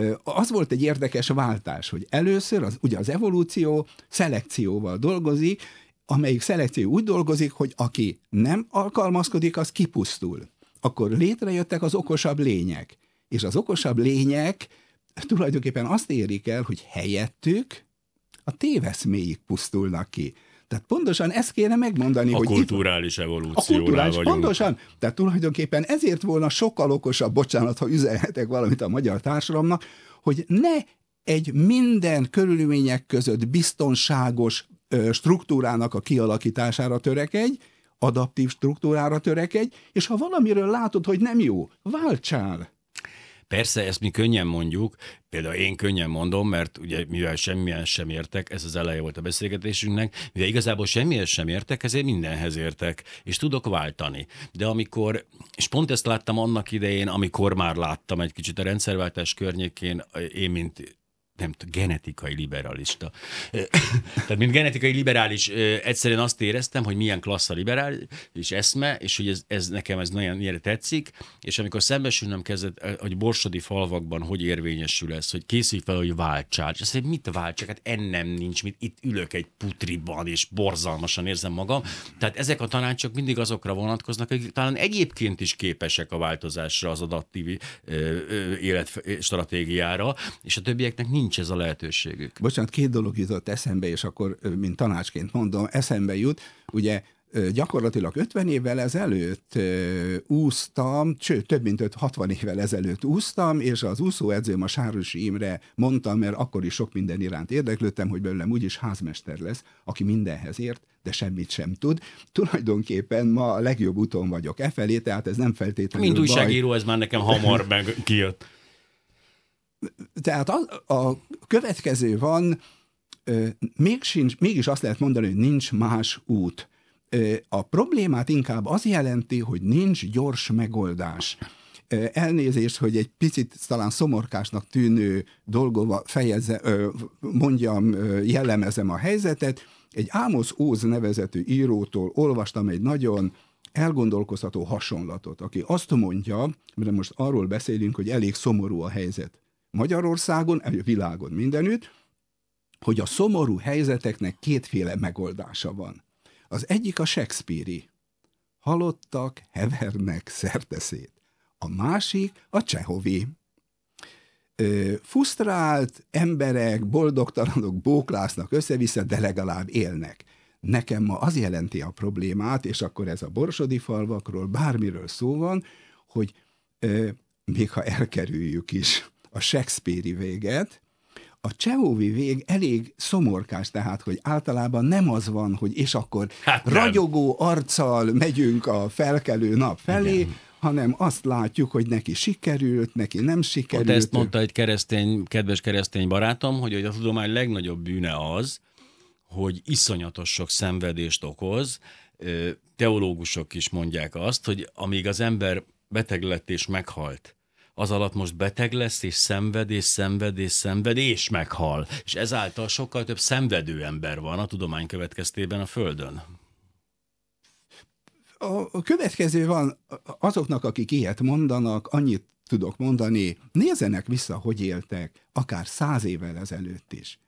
[SPEAKER 4] az volt egy érdekes váltás, hogy először az, ugye az evolúció szelekcióval dolgozik, amelyik szelekció úgy dolgozik, hogy aki nem alkalmazkodik, az kipusztul. Akkor létrejöttek az okosabb lények. És az okosabb lények tulajdonképpen azt érik el, hogy helyettük a téveszméig pusztulnak ki. Tehát pontosan ezt kéne megmondani,
[SPEAKER 3] a
[SPEAKER 4] hogy
[SPEAKER 3] kulturális
[SPEAKER 4] itt,
[SPEAKER 3] evolúciónál
[SPEAKER 4] a kulturális,
[SPEAKER 3] vagyunk.
[SPEAKER 4] Pontosan. Tehát tulajdonképpen ezért volna sokkal okosabb, bocsánat, ha üzenhetek valamit a magyar társadalomnak, hogy ne egy minden körülmények között biztonságos struktúrának a kialakítására törekedj, adaptív struktúrára törekedj, és ha valamiről látod, hogy nem jó, váltsál.
[SPEAKER 3] Persze, ezt mi könnyen mondjuk, például én könnyen mondom, mert ugye mivel semmilyen sem értek, ez az eleje volt a beszélgetésünknek, mivel igazából semmihez sem értek, ezért mindenhez értek, és tudok váltani. De amikor, és pont ezt láttam annak idején, amikor már láttam egy kicsit a rendszerváltás környékén, én mint nem tudom, genetikai liberalista. Tehát, mint genetikai liberális, egyszerűen azt éreztem, hogy milyen klassz a liberális eszme, és hogy ez, ez nekem ez nagyon ilyen tetszik, és amikor szembesülnem kezdett, hogy borsodi falvakban hogy érvényesül ez, hogy készülj fel, hogy váltsál. És azt mondja, mit váltsak? Hát ennem nincs, mit itt ülök egy putriban, és borzalmasan érzem magam. Tehát ezek a tanácsok mindig azokra vonatkoznak, akik talán egyébként is képesek a változásra, az adaptív életstratégiára, és a többieknek nincs Nincs ez a lehetőségük.
[SPEAKER 4] Bocsánat, két dolog jutott eszembe, és akkor, mint tanácsként mondom, eszembe jut, ugye gyakorlatilag ötven évvel ezelőtt úsztam, sőt, több mint hatvan évvel ezelőtt úsztam, és az úszóedzőm, a Sárosi Imre mondtam, mert akkor is sok minden iránt érdeklődtem, hogy belőlem úgyis házmester lesz, aki mindenhez ért, de semmit sem tud. Tulajdonképpen ma a legjobb úton vagyok e felé, tehát ez nem feltétlenül
[SPEAKER 3] Mind újságíró,
[SPEAKER 4] baj.
[SPEAKER 3] ez már nekem hamar meg kijött.
[SPEAKER 4] Tehát a, a következő van, még sincs, mégis azt lehet mondani, hogy nincs más út. A problémát inkább az jelenti, hogy nincs gyors megoldás. Elnézést, hogy egy picit talán szomorkásnak tűnő dolgova fejezze, mondjam, jellemezem a helyzetet. Egy Amos Oz nevezetű írótól olvastam egy nagyon elgondolkoztató hasonlatot, aki azt mondja, mert most arról beszélünk, hogy elég szomorú a helyzet Magyarországon, a világon mindenütt, hogy a szomorú helyzeteknek kétféle megoldása van. Az egyik a Shakespeare-i. Halottak hevernek szerteszét. A másik a Csehovi. Fusztrált emberek, boldogtalanok bóklásznak össze-vissza, de legalább élnek. Nekem ma az jelenti a problémát, és akkor ez a borsodi falvakról, bármiről szó van, hogy euh, még ha elkerüljük is a Shakespeare-i véget, a Csehovi vég elég szomorkás, tehát, hogy általában nem az van, hogy és akkor hát ragyogó arccal megyünk a felkelő nap felé, igen, hanem azt látjuk, hogy neki sikerült, neki nem sikerült.
[SPEAKER 3] Ott ezt mondta egy keresztény, kedves keresztény barátom, hogy a tudomány legnagyobb bűne az, hogy iszonyatos sok szenvedést okoz. Teológusok is mondják azt, hogy amíg az ember beteg lett és meghalt, az alatt most beteg lesz, és szenved, és szenved, és szenved, és meghal. És ezáltal sokkal több szenvedő ember van a tudomány következtében a Földön.
[SPEAKER 4] A következő van, azoknak, akik ilyet mondanak, annyit tudok mondani, nézzenek vissza, hogy éltek, akár száz évvel ezelőtt is.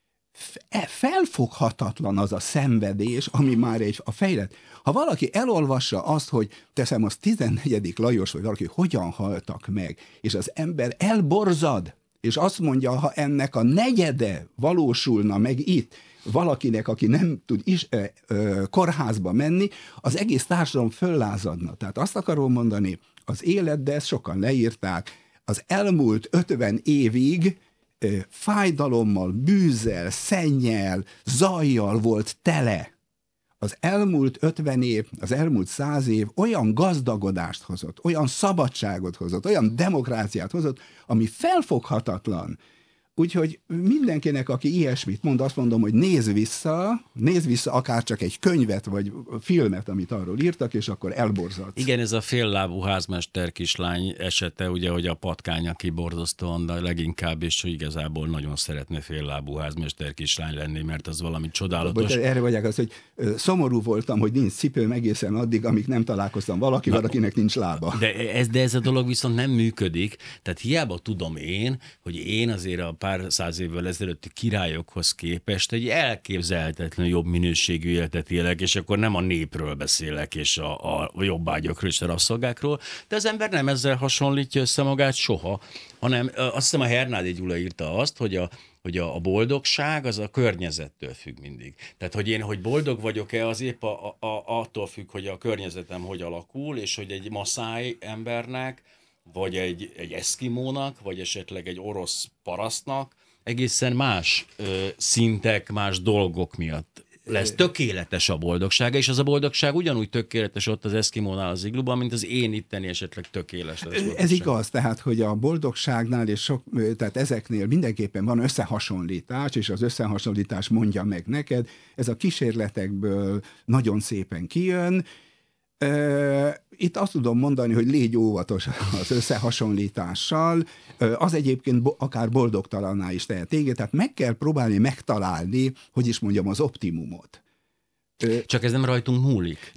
[SPEAKER 4] Felfoghatatlan az a szenvedés, ami már egy a fejlett. Ha valaki elolvassa azt, hogy teszem az tizennegyedik Lajos, vagy valaki hogyan haltak meg, és az ember elborzad, és azt mondja, ha ennek a negyede valósulna meg itt, valakinek, aki nem tud is, ö, ö, kórházba menni, az egész társadalom föllázadna. Tehát azt akarom mondani, az élet, de ezt sokan leírták, az elmúlt ötven évig ö, fájdalommal, bűzzel, szennyel, zajjal volt tele. Az elmúlt ötven év, az elmúlt száz év olyan gazdagodást hozott, olyan szabadságot hozott, olyan demokráciát hozott, ami felfoghatatlan. Úgyhogy mindenkinek, aki ilyesmit mond, azt mondom, hogy nézz vissza, nézz vissza akár csak egy könyvet, vagy filmet, amit arról írtak, és akkor elborzadsz.
[SPEAKER 3] Igen, ez a féllábú házmester kislány esete, ugye, hogy a patkány, aki borzasztóan, de leginkább, és hogy igazából nagyon szeretne féllábú házmester kislány lenni, mert az valami csodálatos.
[SPEAKER 4] Bocs, erre vagyok az, hogy szomorú voltam, hogy nincs cipőm egészen addig, amíg nem találkoztam valakivel, akinek nincs lába.
[SPEAKER 3] De ez, de ez a dolog viszont nem működik, tehát hiába tudom én, hogy én azért a pár száz évvel ezelőtti királyokhoz képest egy elképzelhetetlen jobb minőségű életet élek, és akkor nem a népről beszélek, és a, a jobbágyokról és a rabszolgákról, de az ember nem ezzel hasonlítja össze magát soha, hanem azt hiszem a Hernádi Gyula írta azt, hogy a hogy a boldogság az a környezettől függ mindig. Tehát, hogy én, hogy boldog vagyok-e, az épp a, a, attól függ, hogy a környezetem hogy alakul, és hogy egy maszáj embernek, vagy egy, egy eszkimónak, vagy esetleg egy orosz parasztnak egészen más ö, szintek, más dolgok miatt lesz tökéletes a boldogsága, és az a boldogság ugyanúgy tökéletes ott az eszkimónál az igluban, mint az én itteni esetleg tökéletes lesz.
[SPEAKER 4] Ez igaz, tehát, hogy a boldogságnál és sok, tehát ezeknél mindenképpen van összehasonlítás, és az összehasonlítás mondja meg neked, ez a kísérletekből nagyon szépen kijön. Itt azt tudom mondani, hogy légy óvatos az összehasonlítással, az egyébként akár boldogtalanná is tehet téged, tehát meg kell próbálni megtalálni, hogy is mondjam, az optimumot.
[SPEAKER 3] Csak ez nem rajtunk múlik.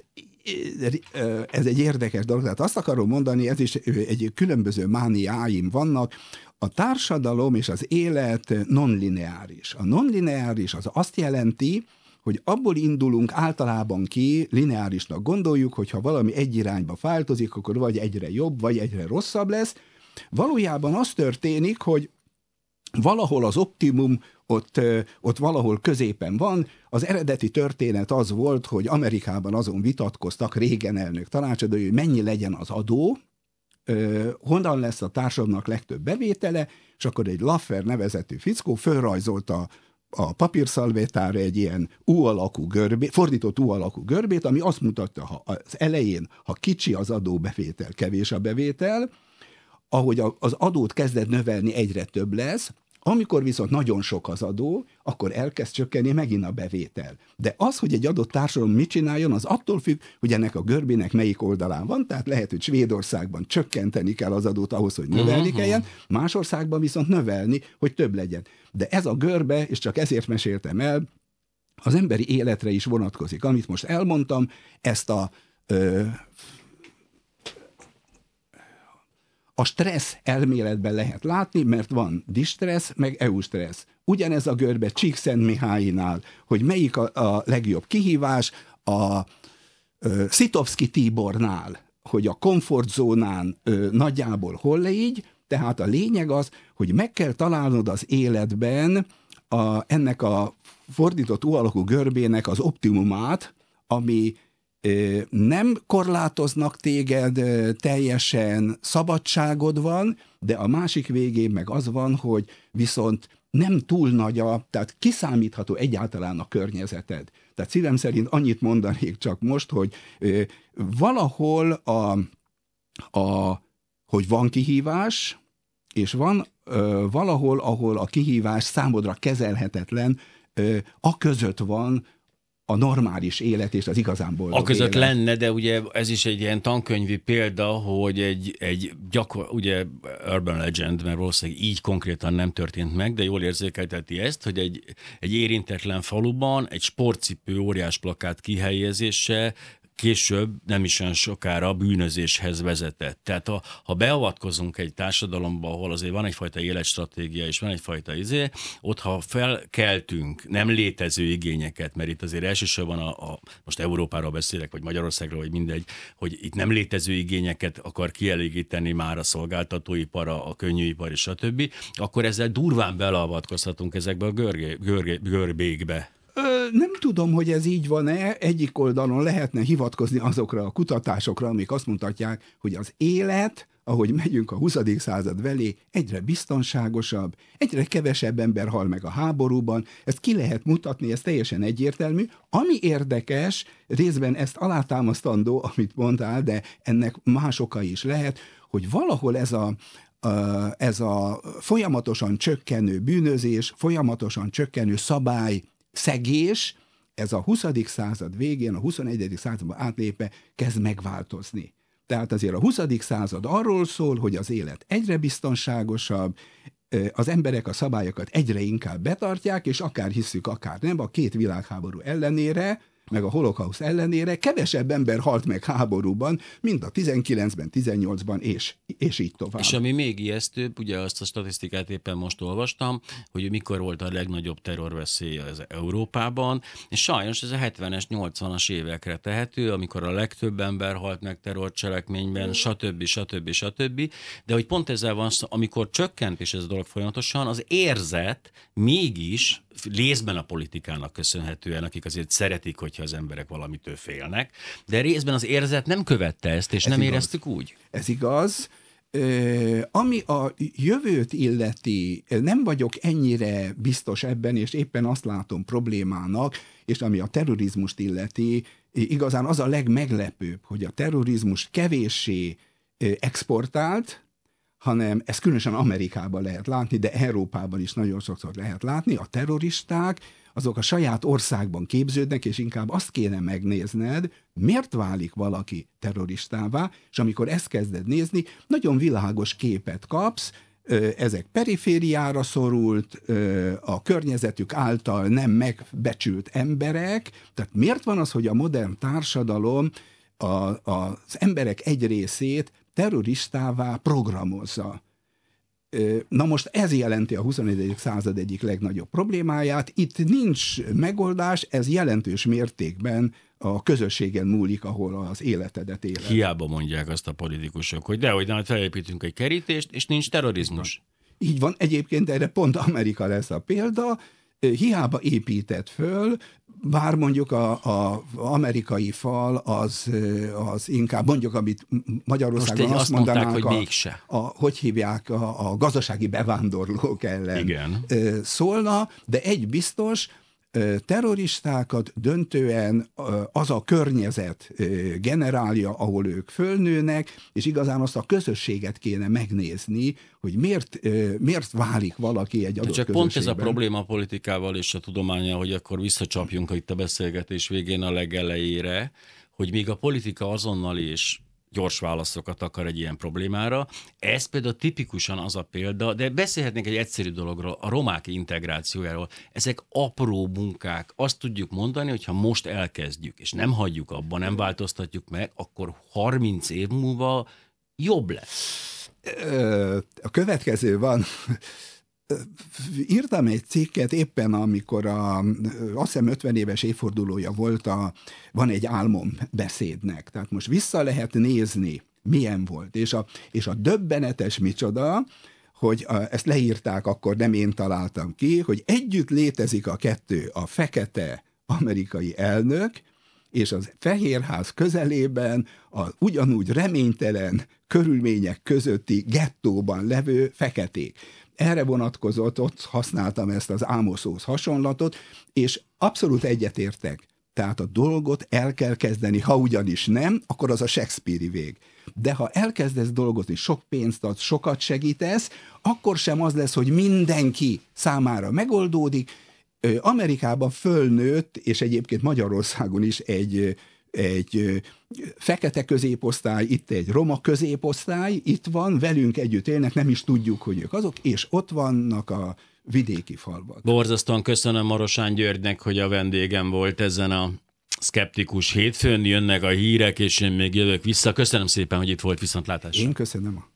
[SPEAKER 4] Ez egy érdekes dolog, tehát azt akarom mondani, ez is egy különböző mániáim vannak, a társadalom és az élet non-lineáris. A non-lineáris az azt jelenti, hogy abból indulunk általában ki, lineárisnak gondoljuk, hogy ha valami egy irányba változik, akkor vagy egyre jobb, vagy egyre rosszabb lesz. Valójában az történik, hogy valahol az optimum ott, ott valahol középen van. Az eredeti történet az volt, hogy Amerikában azon vitatkoztak, Reagan elnök tanácsadói, hogy mennyi legyen az adó, honnan lesz a társadalomnak legtöbb bevétele, és akkor egy Laffer nevezetű fickó fölrajzolta a papírszalvétára egy ilyen U-alakú görbét, fordított U-alakú görbét, ami azt mutatta, ha az elején, ha kicsi az adóbevétel, kevés a bevétel, ahogy az adót kezded növelni, egyre több lesz, amikor viszont nagyon sok az adó, akkor elkezd csökkenni megint a bevétel. De az, hogy egy adott társadalom mit csináljon, az attól függ, hogy ennek a görbének melyik oldalán van, tehát lehet, hogy Svédországban csökkenteni kell az adót ahhoz, hogy növelni uh-huh. kelljen, más országban viszont növelni, hogy több legyen. De ez a görbe, és csak ezért meséltem el, az emberi életre is vonatkozik. Amit most elmondtam, ezt a ö, A stressz elméletben lehet látni, mert van distressz, meg eustressz. Ugyanez a görbe Csíkszentmihálynál, hogy melyik a, a legjobb kihívás, a ö, Szitovszky Tibornál, hogy a komfortzónán ö, nagyjából hol légy, tehát a lényeg az, hogy meg kell találnod az életben a, ennek a fordított U-alakú görbének az optimumát, ami nem korlátoznak téged teljesen, szabadságod van, de a másik végén meg az van, hogy viszont nem túl nagy a, tehát kiszámítható egyáltalán a környezeted. Tehát szívem szerint annyit mondanék csak most, hogy valahol a, a hogy van kihívás, és van ö, valahol, ahol a kihívás számodra kezelhetetlen, ö, a között van a normális élet és az igazán boldog
[SPEAKER 3] A között
[SPEAKER 4] élet.
[SPEAKER 3] lenne, de ugye ez is egy ilyen tankönyvi példa, hogy egy, egy gyakor, ugye urban legend, mert valószínűleg így konkrétan nem történt meg, de jól érzékelteti ezt, hogy egy, egy érintetlen faluban egy sportcipő óriás plakát kihelyezése később nem is olyan sokára bűnözéshez vezetett. Tehát ha, ha beavatkozunk egy társadalomba, ahol azért van egyfajta életstratégia, és van egyfajta izé, ott ha felkeltünk nem létező igényeket, mert itt azért elsősorban a, a most Európáról beszélek, vagy Magyarországról, vagy mindegy, hogy itt nem létező igényeket akar kielégíteni már a szolgáltatóipar, a könnyűipar és a többi, akkor ezzel durván beleavatkozhatunk ezekbe a görgé, görgé, görbékbe.
[SPEAKER 4] Nem tudom, hogy ez így van-e. Egyik oldalon lehetne hivatkozni azokra a kutatásokra, amik azt mutatják, hogy az élet, ahogy megyünk a huszadik század felé, egyre biztonságosabb, egyre kevesebb ember hal meg a háborúban. Ezt ki lehet mutatni, ez teljesen egyértelmű. Ami érdekes, részben ezt alátámasztandó, amit mondtál, de ennek más oka is lehet, hogy valahol ez a ez a folyamatosan csökkenő bűnözés, folyamatosan csökkenő szabály, szegés, ez a huszadik század végén, a huszonegyedik században átlépve kezd megváltozni. Tehát azért a huszadik század arról szól, hogy az élet egyre biztonságosabb, az emberek a szabályokat egyre inkább betartják, és akár hisszük, akár nem, a két világháború ellenére, meg a holokauszt ellenére kevesebb ember halt meg háborúban, mint a tizenkilencben, tizennyolcban, és, és így tovább.
[SPEAKER 3] És ami még ijesztőbb, ugye azt a statisztikát éppen most olvastam, hogy mikor volt a legnagyobb terrorveszély az Európában, és sajnos ez a hetvenes, nyolcvanas évekre tehető, amikor a legtöbb ember halt meg terrorcselekményben, stb. stb. stb. De hogy pont ezzel van szó, amikor csökkent is ez a dolog folyamatosan, az érzet mégis részben a politikának köszönhetően, akik azért szeretik, hogyha az emberek valamitől félnek, de részben az érzet nem követte ezt, és ez nem igaz. Éreztük úgy.
[SPEAKER 4] Ez igaz. Ami a jövőt illeti, nem vagyok ennyire biztos ebben, és éppen azt látom problémának, és ami a terrorizmust illeti, igazán az a legmeglepőbb, hogy a terrorizmus kevéssé exportált, hanem ezt különösen Amerikában lehet látni, de Európában is nagyon sokszor lehet látni. A terroristák azok a saját országban képződnek, és inkább azt kéne megnézned, miért válik valaki terroristává, és amikor ezt kezded nézni, nagyon világos képet kapsz, ezek perifériára szorult, a környezetük által nem megbecsült emberek. Tehát miért van az, hogy a modern társadalom a, az emberek egy részét terroristává programozza? Na most ez jelenti a huszonegyedik század egyik legnagyobb problémáját. Itt nincs megoldás, ez jelentős mértékben a közösségen múlik, ahol az életedet éled.
[SPEAKER 3] Hiába mondják azt a politikusok, hogy dehogy nem, felépítünk egy kerítést, és nincs terrorizmus.
[SPEAKER 4] Így van, egyébként erre pont Amerika lesz a példa, hiába épített föl, bár mondjuk a, a amerikai fal az, az inkább, mondjuk, amit Magyarországon azt, azt mondanánk, mondták, hogy mégse. A, a, hogy hívják, a, a gazdasági bevándorlók ellen
[SPEAKER 3] Igen.
[SPEAKER 4] szólna, de egy biztos, terroristákat döntően az a környezet generálja, ahol ők fölnőnek, és igazán azt a közösséget kéne megnézni, hogy miért, miért válik valaki egy adott
[SPEAKER 3] csak
[SPEAKER 4] közösségben.
[SPEAKER 3] Pont ez a probléma a politikával és a tudománya, hogy akkor visszacsapjunk itt a beszélgetés végén a legelejére, hogy még a politika azonnal és gyors válaszokat akar egy ilyen problémára. Ez például tipikusan az a példa, de beszélhetnénk egy egyszerű dologról, a romák integrációjáról. Ezek apró munkák. Azt tudjuk mondani, hogy ha most elkezdjük, és nem hagyjuk abba, nem változtatjuk meg, akkor harminc év múlva jobb lesz.
[SPEAKER 4] A következő van. Írtam egy cikket éppen, amikor a, azt hiszem ötven éves évfordulója volt, a, van egy álmom beszédnek. Tehát most vissza lehet nézni, milyen volt. És a, és a döbbenetes micsoda, hogy a, ezt leírták, akkor nem én találtam ki, hogy együtt létezik a kettő, a fekete amerikai elnök, és az Fehérház közelében az ugyanúgy reménytelen körülmények közötti gettóban levő feketék. Erre vonatkozott, ott használtam ezt az Ámoszhoz hasonlatot, és abszolút egyetértek. Tehát a dolgot el kell kezdeni, ha ugyanis nem, akkor az a Shakespeare-i vég. De ha elkezdesz dolgozni, sok pénzt adsz, sokat segítesz, akkor sem az lesz, hogy mindenki számára megoldódik. Amerikában fölnőtt, és egyébként Magyarországon is egy, egy fekete középosztály, itt egy roma középosztály, itt van, velünk együtt élnek, nem is tudjuk, hogy ők azok, és ott vannak a vidéki falvak.
[SPEAKER 3] Borzasztóan köszönöm Marosán Györgynek, hogy a vendégem volt ezen a Szkeptikus hétfőn, jönnek a hírek, és én még jövök vissza. Köszönöm szépen, hogy itt volt, viszontlátásra.
[SPEAKER 4] Én köszönöm.